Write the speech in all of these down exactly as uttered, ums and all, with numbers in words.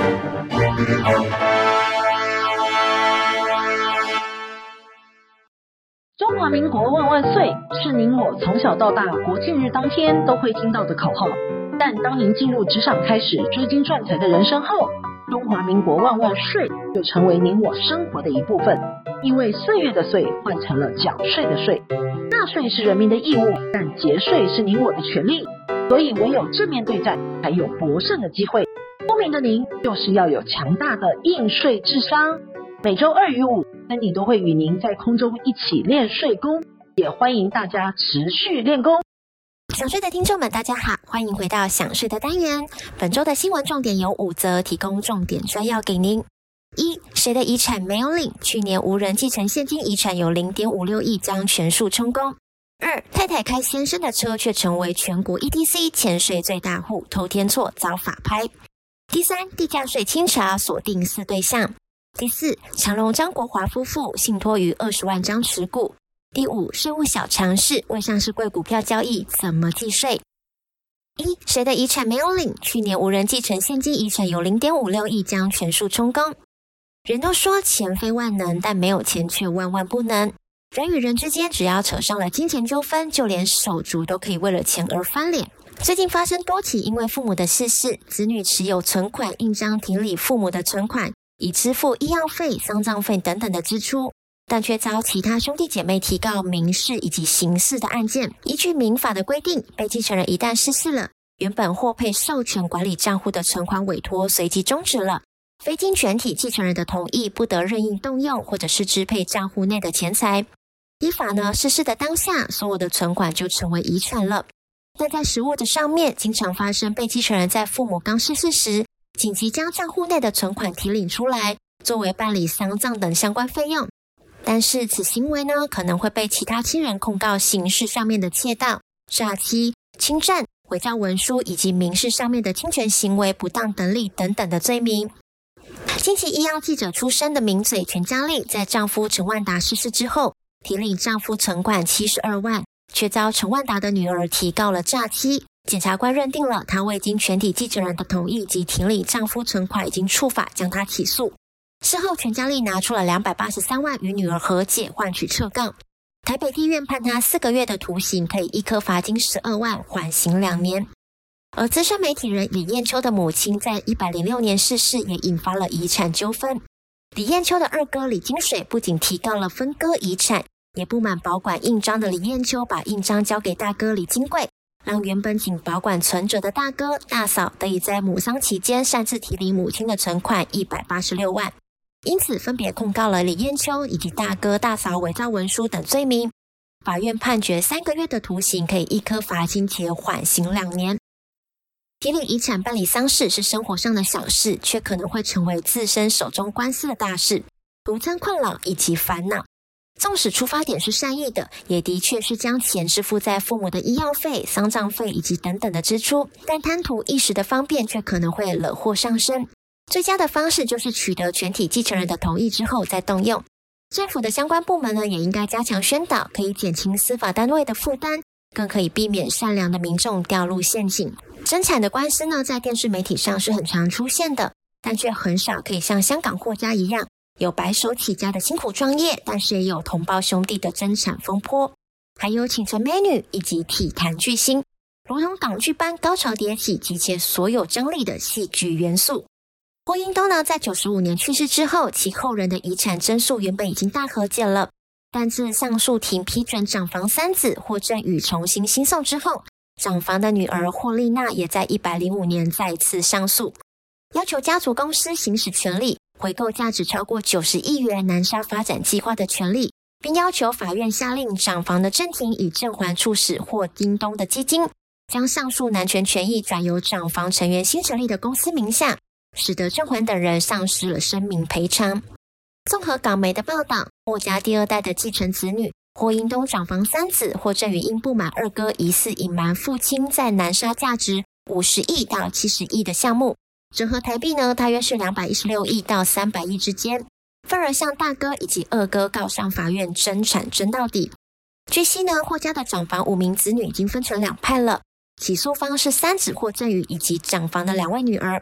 中华民国万万岁是您我从小到大国庆日当天都会听到的口号，但当您进入职场开始追金赚财的人生后，中华民国万万岁就成为您我生活的一部分。因为岁月的岁换成了缴税的税，纳税是人民的义务，但节税是您我的权利，所以唯有正面对战才有博胜的机会。聪明的您就是要有强大的应税智商。每周二与五，森迪都会与您在空中一起练税功，也欢迎大家持续练功。 想睡的听众们大家好，欢迎回到想睡的单元。本周的新闻重点有五则，提供重点摘要给您。一，谁的遗产没有领？去年无人继承现金遗产有 零点五六亿，将全数充公。二，太太开先生的车却成为全国 E T C 欠税最大户，偷天错遭法拍。第三，地价税清查锁定四对象。第四，长荣张国华夫妇信托逾二十万张持股。第五，税务小常识，未上市柜股票交易怎么计税？一，谁的遗产没有领？去年无人继承现金遗产有 零点五六亿，将全数充公。人都说钱非万能，但没有钱却万万不能。人与人之间只要扯上了金钱纠纷，就连手足都可以为了钱而翻脸。最近发生多起因为父母的逝世，子女持有存款印章停领父母的存款，以支付医药费、丧葬费等等的支出，但却遭其他兄弟姐妹提告民事以及刑事的案件。依据民法的规定，被继承人一旦逝世了，原本获配授权管理账户的存款委托随即终止了，非经全体继承人的同意，不得任意动用或者是支配账户内的钱财。依法呢，逝世的当下，所有的存款就成为遗产了。但在实务的上面，经常发生被继承人在父母刚逝世时，紧急将账户内的存款提领出来，作为办理丧葬等相关费用。但是此行为呢，可能会被其他亲人控告刑事上面的窃盗、诈欺、侵占、伪造文书以及民事上面的侵权行为、不当等理等等的罪名。近期医药记者出身的名嘴全家丽，在丈夫陈万达逝世之后，提领丈夫存款七十二万，却遭陈万达的女儿提告了诈欺。检察官认定了她未经全体继承人的同意及提领丈夫存款已经触法，将她起诉。事后全家丽拿出了两百八十三万与女儿和解，换取撤告。台北地院判她四个月的徒刑，可以一颗罚金十二万，缓刑两年。而资深媒体人李艳秋的母亲在一百零六年逝世，也引发了遗产纠纷。李艳秋的二哥李金水不仅提告了分割遗产，也不满保管印章的李艳秋把印章交给大哥李金贵，让原本仅保管存折的大哥大嫂得以在母丧期间擅自提领母亲的存款一百八十六万，因此分别控告了李艳秋以及大哥大嫂伪造文书等罪名。法院判决三个月的徒刑，可以一颗罚金且缓刑两年。提领遗产办理丧事是生活上的小事，却可能会成为自身手中官司的大事，徒增困扰以及烦恼。纵使出发点是善意的，也的确是将钱支付在父母的医药费、丧葬费以及等等的支出，但贪图一时的方便，却可能会惹祸上身。最佳的方式就是取得全体继承人的同意之后再动用。政府的相关部门呢，也应该加强宣导，可以减轻司法单位的负担，更可以避免善良的民众掉入陷阱。争产的官司呢，在电视媒体上是很常出现的，但却很少可以像香港霍家一样，有白手起家的辛苦创业，但是也有同胞兄弟的争产风波，还有倾城美女以及体坛巨星，如同港剧般高潮迭起，集结所有张力的戏剧元素。霍英东呢，在九十五年去世之后，其后人的遗产争诉原本已经大和解了，但自上诉庭批准长房三子霍振宇重新兴讼之后，长房的女儿霍丽娜也在一百零五年再次上诉，要求家族公司行使权利，回购价值超过九十亿元南沙发展计划的权利，并要求法院下令长房的正庭以正还促使霍英东的基金，将上述男权权益转由长房成员新成立的公司名下，使得正还等人丧失了声明赔偿。综合港媒的报道，霍家第二代的继承子女霍英东长房三子霍振宇因不满二哥疑似隐瞒父亲在南沙价值五十亿到七十亿的项目，折合台币呢，大约是两百一十六亿到三百亿之间，愤而向大哥以及二哥告上法院争产争到底。据悉呢，霍家的长房五名子女已经分成两派了，起诉方是三子霍振宇以及长房的两位女儿，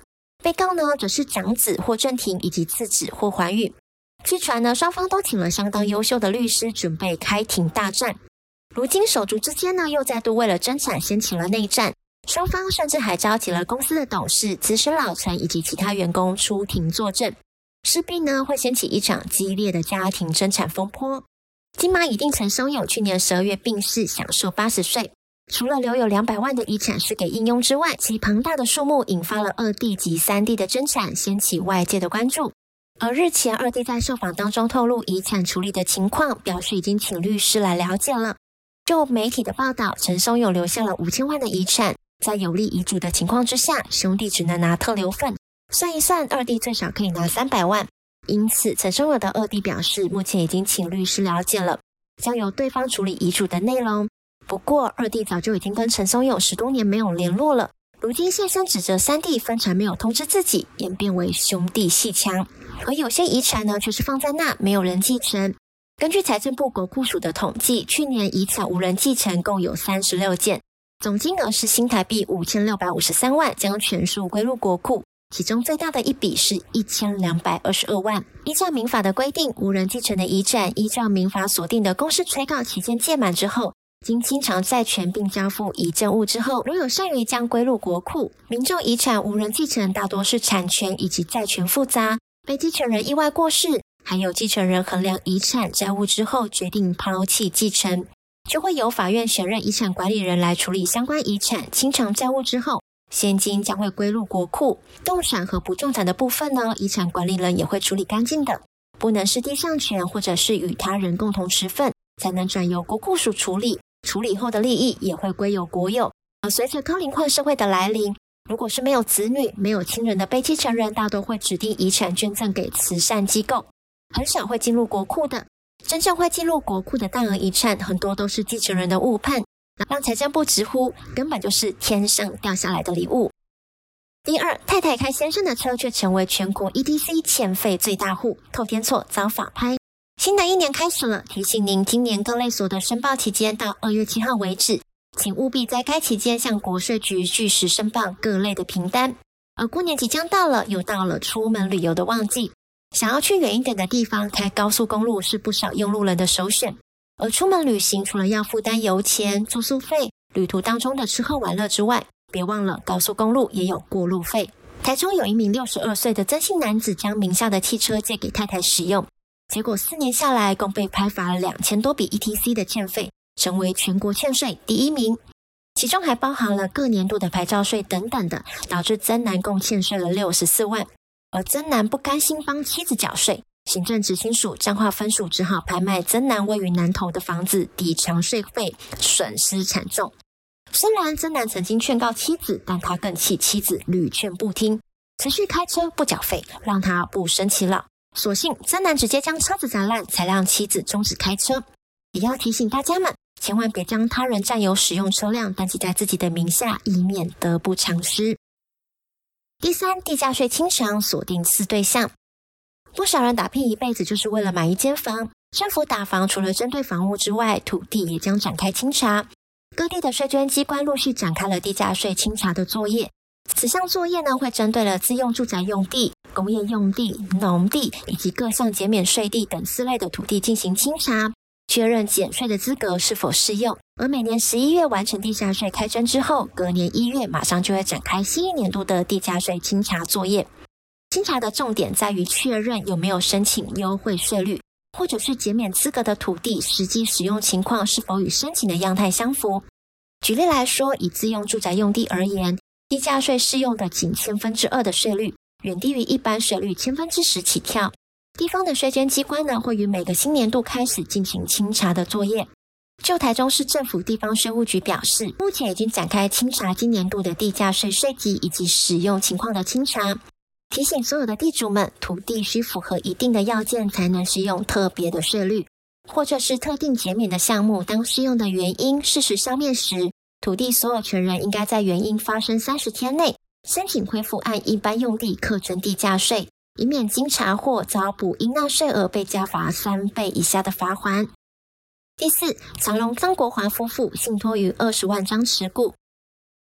被告呢则是长子霍震霆以及次子霍怀玉。据传呢，双方都请了相当优秀的律师，准备开庭大战。如今手足之间呢，又再度为了争产掀起了内战，双方甚至还召集了公司的董事、资深老臣以及其他员工出庭作证，势必呢会掀起一场激烈的家庭争产风波。金马影帝陈松勇去年十二月病逝，享寿八十岁。除了留有两百万的遗产是给应用之外，其庞大的数目引发了二弟及三弟的争产，掀起外界的关注。而日前二弟在受访当中透露遗产处理的情况，表示已经请律师来了解了。就媒体的报道，陈松勇留下了五千万的遗产，在有利遗嘱的情况之下，兄弟只能拿特留份，算一算，二弟最少可以拿三百万。因此陈松勇的二弟表示，目前已经请律师了解了，将由对方处理遗嘱的内容。不过二弟早就已经跟陈松勇十多年没有联络了，如今现身指责三弟分产没有通知自己，演变为兄弟阋墙。而有些遗产呢，却是放在那，没有人继承。根据财政部国库署的统计，去年遗产无人继承共有三十六件，总金额是新台币五千六百五十三万，将全数归入国库。其中最大的一笔是一千两百二十二万。依照民法的规定，无人继承的遗产，依照民法所定的公示催告期间届满之后，经清偿债权并交付遗赠物之后，如有剩余将归入国库。民众遗产无人继承大多是产权以及债权复杂，被继承人意外过世，还有继承人衡量遗产债务之后决定抛弃继承，就会由法院选任遗产管理人来处理相关遗产。清偿债务之后，现金将会归入国库。动产和不动产的部分呢，遗产管理人也会处理干净的，不能是地上权或者是与他人共同持份，才能转由国库署处理。处理后的利益也会归有国有。而随着高龄化社会的来临，如果是没有子女、没有亲人的被继承人，大多会指定遗产捐赠给慈善机构，很少会进入国库的。真正会进入国库的大额遗产，很多都是继承人的误判，让财政部直呼根本就是天上掉下来的礼物。第二，太太开先生的车却成为全国 E T C 欠费最大户，透天厝遭法拍。新的一年开始了，提醒您今年各类所得申报期间到二月七号为止，请务必在该期间向国税局据实申报各类的凭单。而过年即将到了，又到了出门旅游的旺季，想要去远一点的地方，开高速公路是不少用路人的首选。而出门旅行除了要负担油钱、住宿费、旅途当中的吃喝玩乐之外，别忘了高速公路也有过路费。台中有一名六十二岁的曾姓男子将名下的汽车借给太太使用，结果四年下来共被拍罚了两千多笔 E T C 的欠费，成为全国欠税第一名。其中还包含了各年度的牌照税等等的，导致曾男共欠税了六十四万。而曾男不甘心帮妻子缴税，行政执行署彰化分署只好拍卖曾男位于南投的房子抵偿税费，损失惨重。虽然曾男曾经劝告妻子，但他更气妻子屡劝不听，持续开车不缴费，让他不生其扰。所幸曾男直接将车子砸烂，才让妻子终止开车。也要提醒大家们，千万别将他人占有使用车辆登记在自己的名下，以免得不偿失。第三，地价税清偿锁定次对象。不少人打拼一辈子就是为了买一间房，政府打房除了针对房屋之外，土地也将展开清查。各地的税捐机关陆续展开了地价税清查的作业。此项作业呢，会针对了自用住宅用地、工业用地、农地以及各项减免税地等四类的土地进行清查，确认减税的资格是否适用。而每年十一月完成地价税开征之后，隔年一月马上就会展开新一年度的地价税清查作业。清查的重点在于确认有没有申请优惠税率，或者是减免资格的土地实际使用情况是否与申请的样态相符。举例来说，以自用住宅用地而言，地价税适用的仅千分之二的税率，远低于一般税率千分之十起跳。地方的税捐机关呢，会于每个新年度开始进行清查的作业。就台中市政府地方税务局表示，目前已经展开清查今年度的地价税税级以及使用情况的清查，提醒所有的地主们，土地需符合一定的要件才能适用特别的税率，或者是特定减免的项目，当适用的原因事实消灭时，土地所有权人应该在原因发生三十天内申请恢复按一般用地课征地价税，以免经查获遭补应纳税额被加罚三倍以下的罚锾。第四，长荣曾国华夫妇信托逾二十万张持股。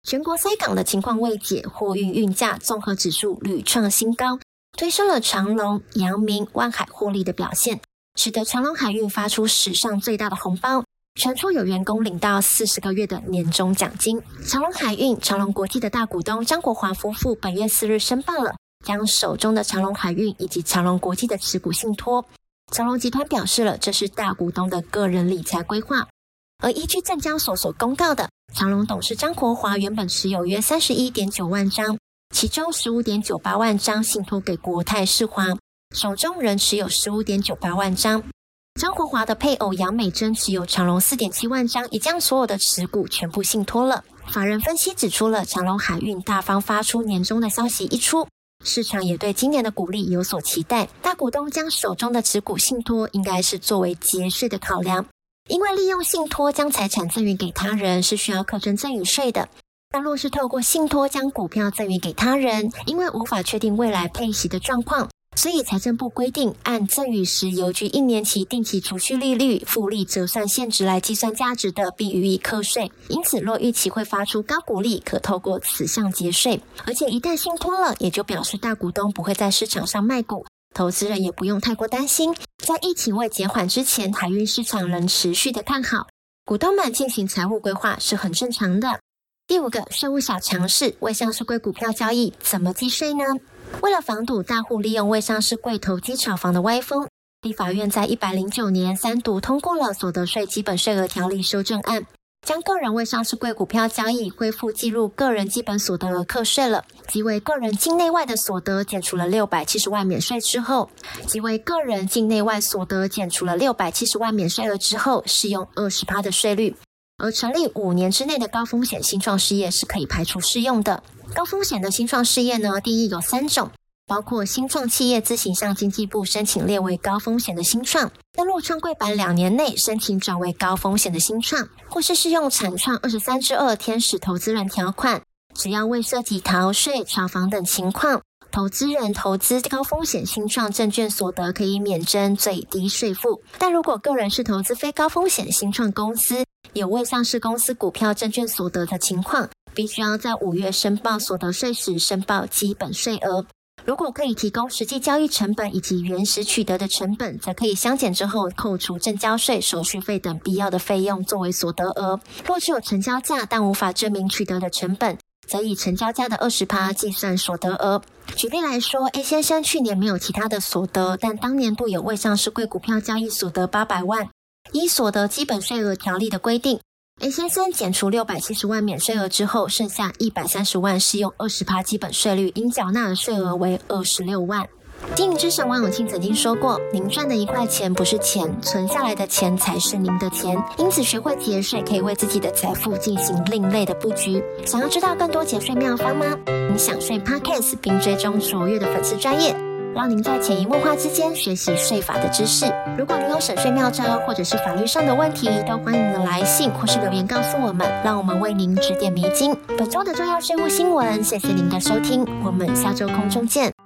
全国塞港的情况未解，货运运价综合指数屡创新高，推升了长荣、阳明、万海获利的表现，使得长荣海运发出史上最大的红包，传出有员工领到四十个月的年终奖金。长荣海运、长荣国际的大股东张国华夫妇本月四日申报了将手中的长荣海运以及长荣国际的持股信托。长荣集团表示了这是大股东的个人理财规划。而依据证交所所公告的，长荣董事张国华原本持有约 三十一点九万张，其中 十五点九八万张信托给国泰世华，手中仍持有 十五点九八万张。张国华的配偶杨美珍持有长荣 四点七万张，也将所有的持股全部信托了。法人分析指出了长荣海运大方发出年终的消息一出，市场也对今年的股利有所期待，大股东将手中的持股信托应该是作为节税的考量，因为利用信托将财产赠与给他人是需要课征赠与税的。但若是透过信托将股票赠与给他人，因为无法确定未来配息的状况，所以财政部规定按赠与时邮局一年期定期储蓄利率复利折算现值来计算价值的，并予以课税。因此若预期会发出高股利，可透过此项节税。而且一旦信托了，也就表示大股东不会在市场上卖股，投资人也不用太过担心。在疫情未减缓之前，海运市场仍持续的看好，股东们进行财务规划是很正常的。第五个税务小常识，未上市柜股票交易怎么计税呢？为了防堵大户利用未上市柜投机炒房的歪风，立法院在一百零九年三读通过了所得税基本税额条例修正案，将个人未上市柜股票交易恢复计入个人基本所得额课税了，即为个人境内外的所得减除了六百七十万免税之后，即为个人境内外所得减除了六百七十万免税额之后，适用 百分之二十 的税率。而成立五年之内的高风险新创事业是可以排除适用的。高风险的新创事业呢，定义有三种，包括新创企业自行向经济部申请列为高风险的新创，登录创柜板两年内申请转为高风险的新创，或是适用产创二十三之二天使投资人条款，只要未涉及逃税、炒房等情况，投资人投资高风险新创证券所得可以免征最低税负。但如果个人是投资非高风险新创公司，有未上市公司股票证券所得的情况，必须要在五月申报所得税时申报基本税额。如果可以提供实际交易成本以及原始取得的成本，则可以相减之后扣除证交税、手续费等必要的费用作为所得额。若只有成交价但无法证明取得的成本，则以成交价的 百分之二十 计算所得额。举例来说 A 先生去年没有其他的所得，但当年度有未上市柜股票交易所得八百万，依所得基本税额条例的规定， A 先生减除六百七十万免税额之后，剩下一百三十万适用 百分之二十 基本税率，应缴纳的税额为二十六万。经营之神王永庆曾经说过，您赚的一块钱不是钱，存下来的钱才是您的钱。因此学会节税可以为自己的财富进行另类的布局。想要知道更多节税妙方吗？您享税 Podcast 并追踪卓越的粉丝专页，让您在潜移默化之间学习税法的知识。如果您有省税妙招或者是法律上的问题，都欢迎您来信或是留言告诉我们，让我们为您指点迷津。本周的重要税务新闻，谢谢您的收听，我们下周空中见。